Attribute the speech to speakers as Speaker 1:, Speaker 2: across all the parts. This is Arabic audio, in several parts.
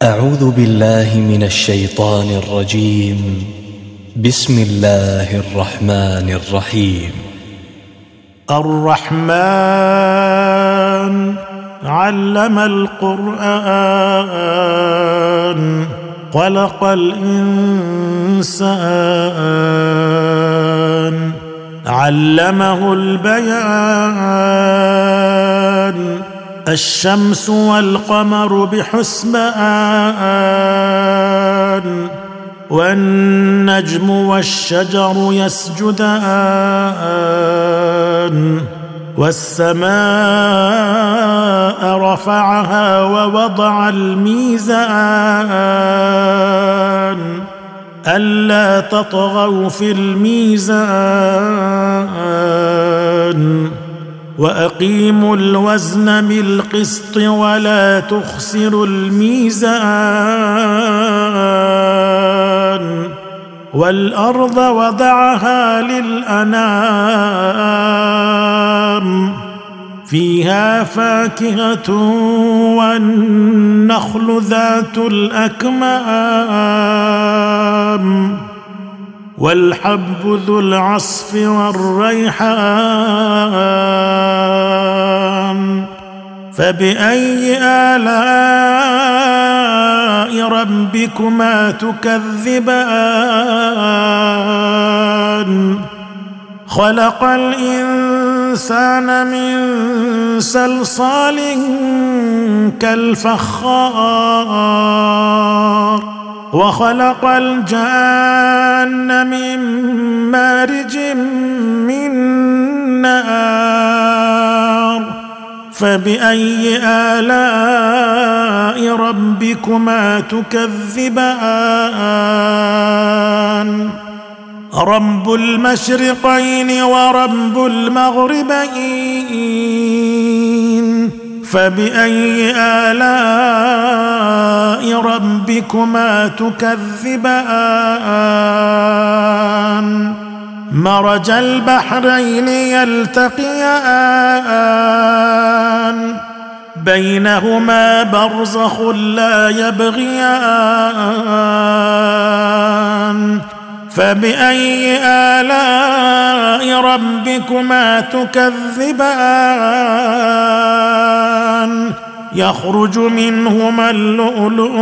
Speaker 1: أعوذ بالله من الشيطان الرجيم. بسم الله الرحمن الرحيم.
Speaker 2: الرحمن علم القرآن خلق الإنسان علمه البيان الشمس والقمر بحسبان والنجم والشجر يسجدان والسماء رفعها ووضع الميزان ألا تطغوا في الميزان وأقيموا الوزن بالقسط ولا تخسروا الميزان والأرض وضعها للأنام فيها فاكهة والنخل ذات الأكمام والحب ذو العصف والريحان فبأي آلاء ربكما تكذبان خلق الإنسان من صلصال كالفخار وخلق الجان من مارج من نار فبأي آلاء ربكما تكذبان رب المشرقين ورب المغربين فبأي آلاء ربكما تكذبان مرج البحرين يلتقيان بينهما برزخ لا يبغيان فبأي آلاء ربكما تكذبان يخرج منهما اللؤلؤ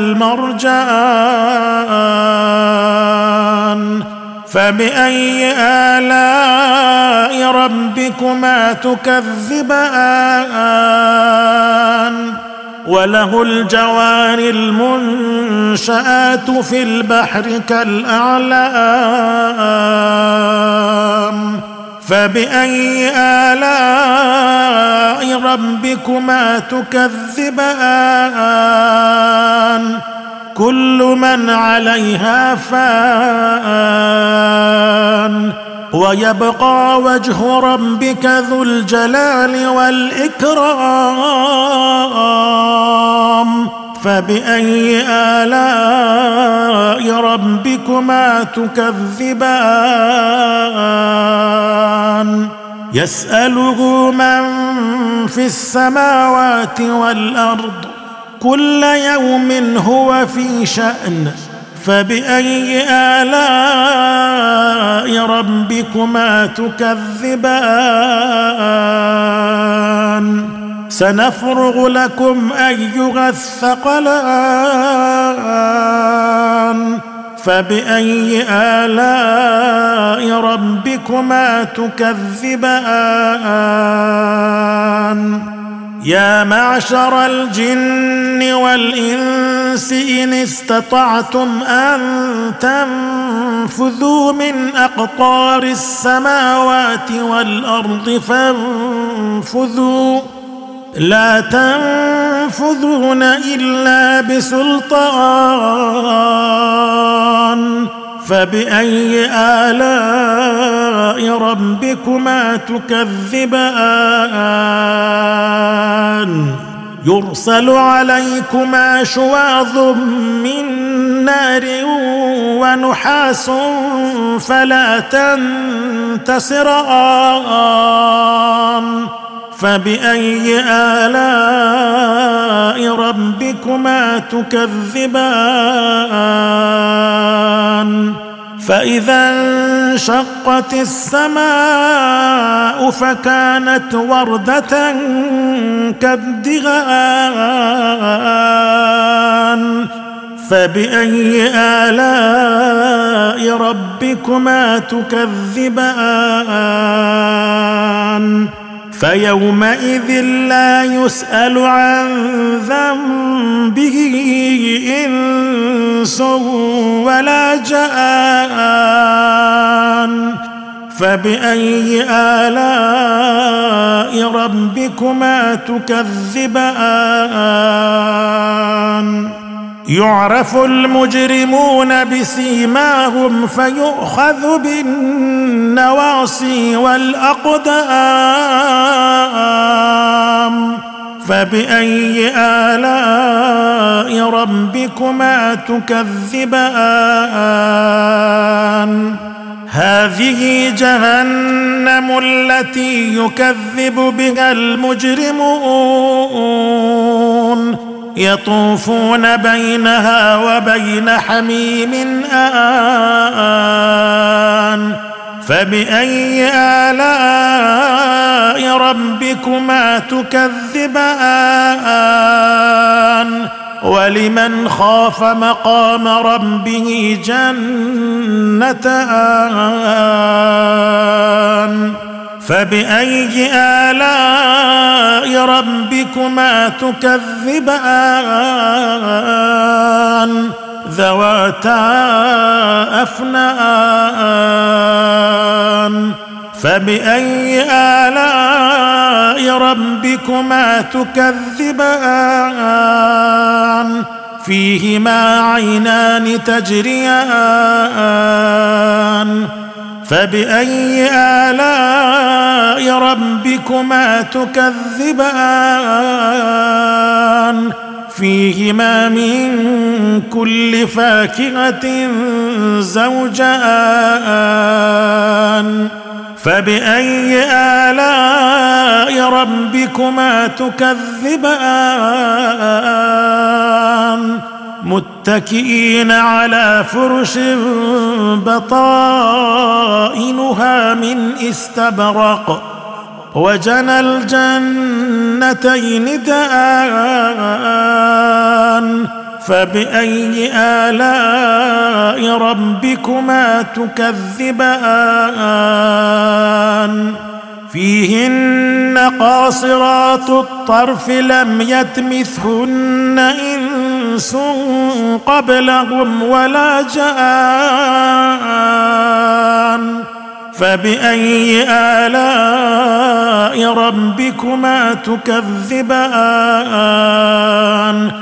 Speaker 2: والمرجان فبأي آلاء ربكما تكذبان وله الجوار المنشآت في البحر كالأعلام فبأي آلاء ربكما تكذبان كل من عليها فان ويبقى وجه ربك ذو الجلال والإكرام فبأي آلاء ربكما تكذبان يسأله من في السماوات والأرض كل يوم هو في شأن فبأي آلاء ربكما تكذبان سنفرغ لكم أيها الثقلان فبأي آلاء ربكما تكذبان يا معشر الجن والإنس إن استطعتم أن تنفذوا من أقطار السماوات والأرض فانفذوا لا تنفذون إلا بسلطان فبأي آلاء ربكما تكذبان يرسل عليكما شواظ من نار ونحاس فلا تنتصران فبأي آلاء ربكما تكذبان فإذا انشقت السماء فكانت وردة كالدهان فبأي آلاء ربكما تكذبان فيومئذ لا يسأل عن ذنبه إنس ولا جان فبأي آلاء ربكما تكذبان يعرف المجرمون بسيماهم فيؤخذ بالنواصي والأقدام فبأي آلاء ربكما تكذبان هذه جهنم التي يكذب بها المجرمون يطوفون بينها وبين حميم آن فبأي آلاء ربكما تكذبان ولمن خاف مقام ربه جنتان فبأي آلاء ربكما تكذبان ذواتا أفنان فبأي آلاء ربكما تكذبان فيهما عينان تجريان فبأي آلاء ربكما تكذبان فيهما من كل فاكهة زوجان فبأي آلاء ربكما تكذبان متكئين على فرش بطائنها من استبرق وجنى الجنتين دان فبأي آلاء ربكما تكذبان فيهن قاصرات الطرف لم يتمثهن إنس قبلهم ولا جان فبأي آلاء ربكما تكذبان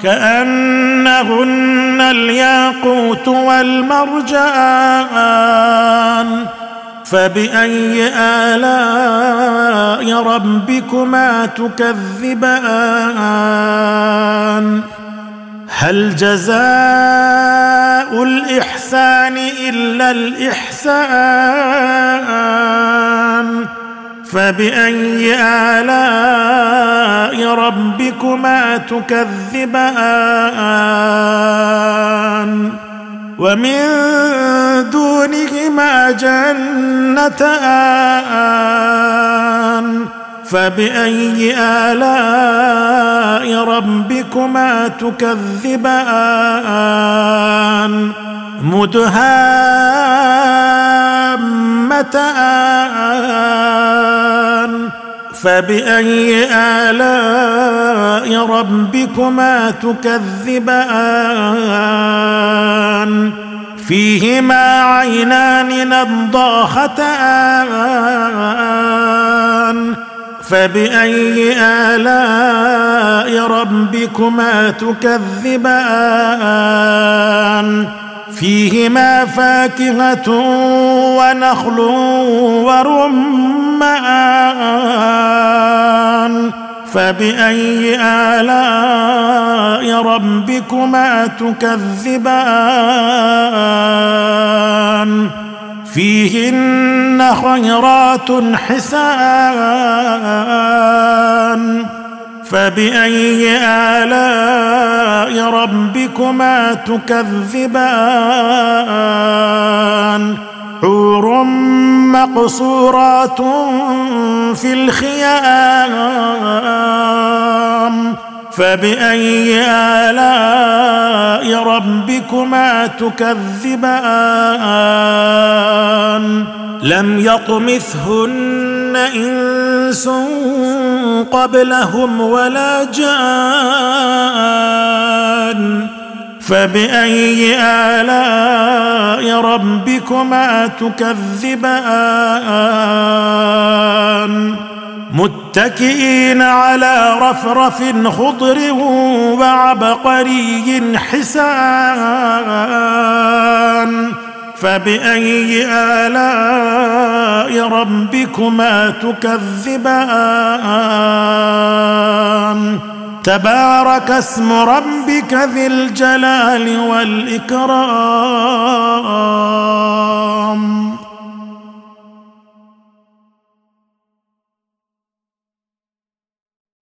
Speaker 2: كأنهن الياقوت والمرجان فبأي آلاء ربكما تكذبان هل جزاء الإحسان إلا الإحسان فبأي آلاء ربكما تكذبان ومن دونهما جنتان فبأي آلاء ربكما تكذبان مدهامتان فبأي آلاء ربكما تكذبان فيهما عينان نضاختان فبأي آلاء ربكما تكذبان فيهما فاكهة ونخل ورمان فبأي آلاء ربكما تكذبان فيهن خيرات حسان فبأي آلاء ربكما تكذبان حور مقصورات في الخيام فبأي آلاء ربكما تكذبان لم يطمثهن إنس قبلهم ولا جان فبأي آلاء ربكما تكذبان متكئين على رفرف خضر وعبقري حسان فبأي آلاء ربكما تكذبان تبارك اسم ربك ذي الجلال والإكرام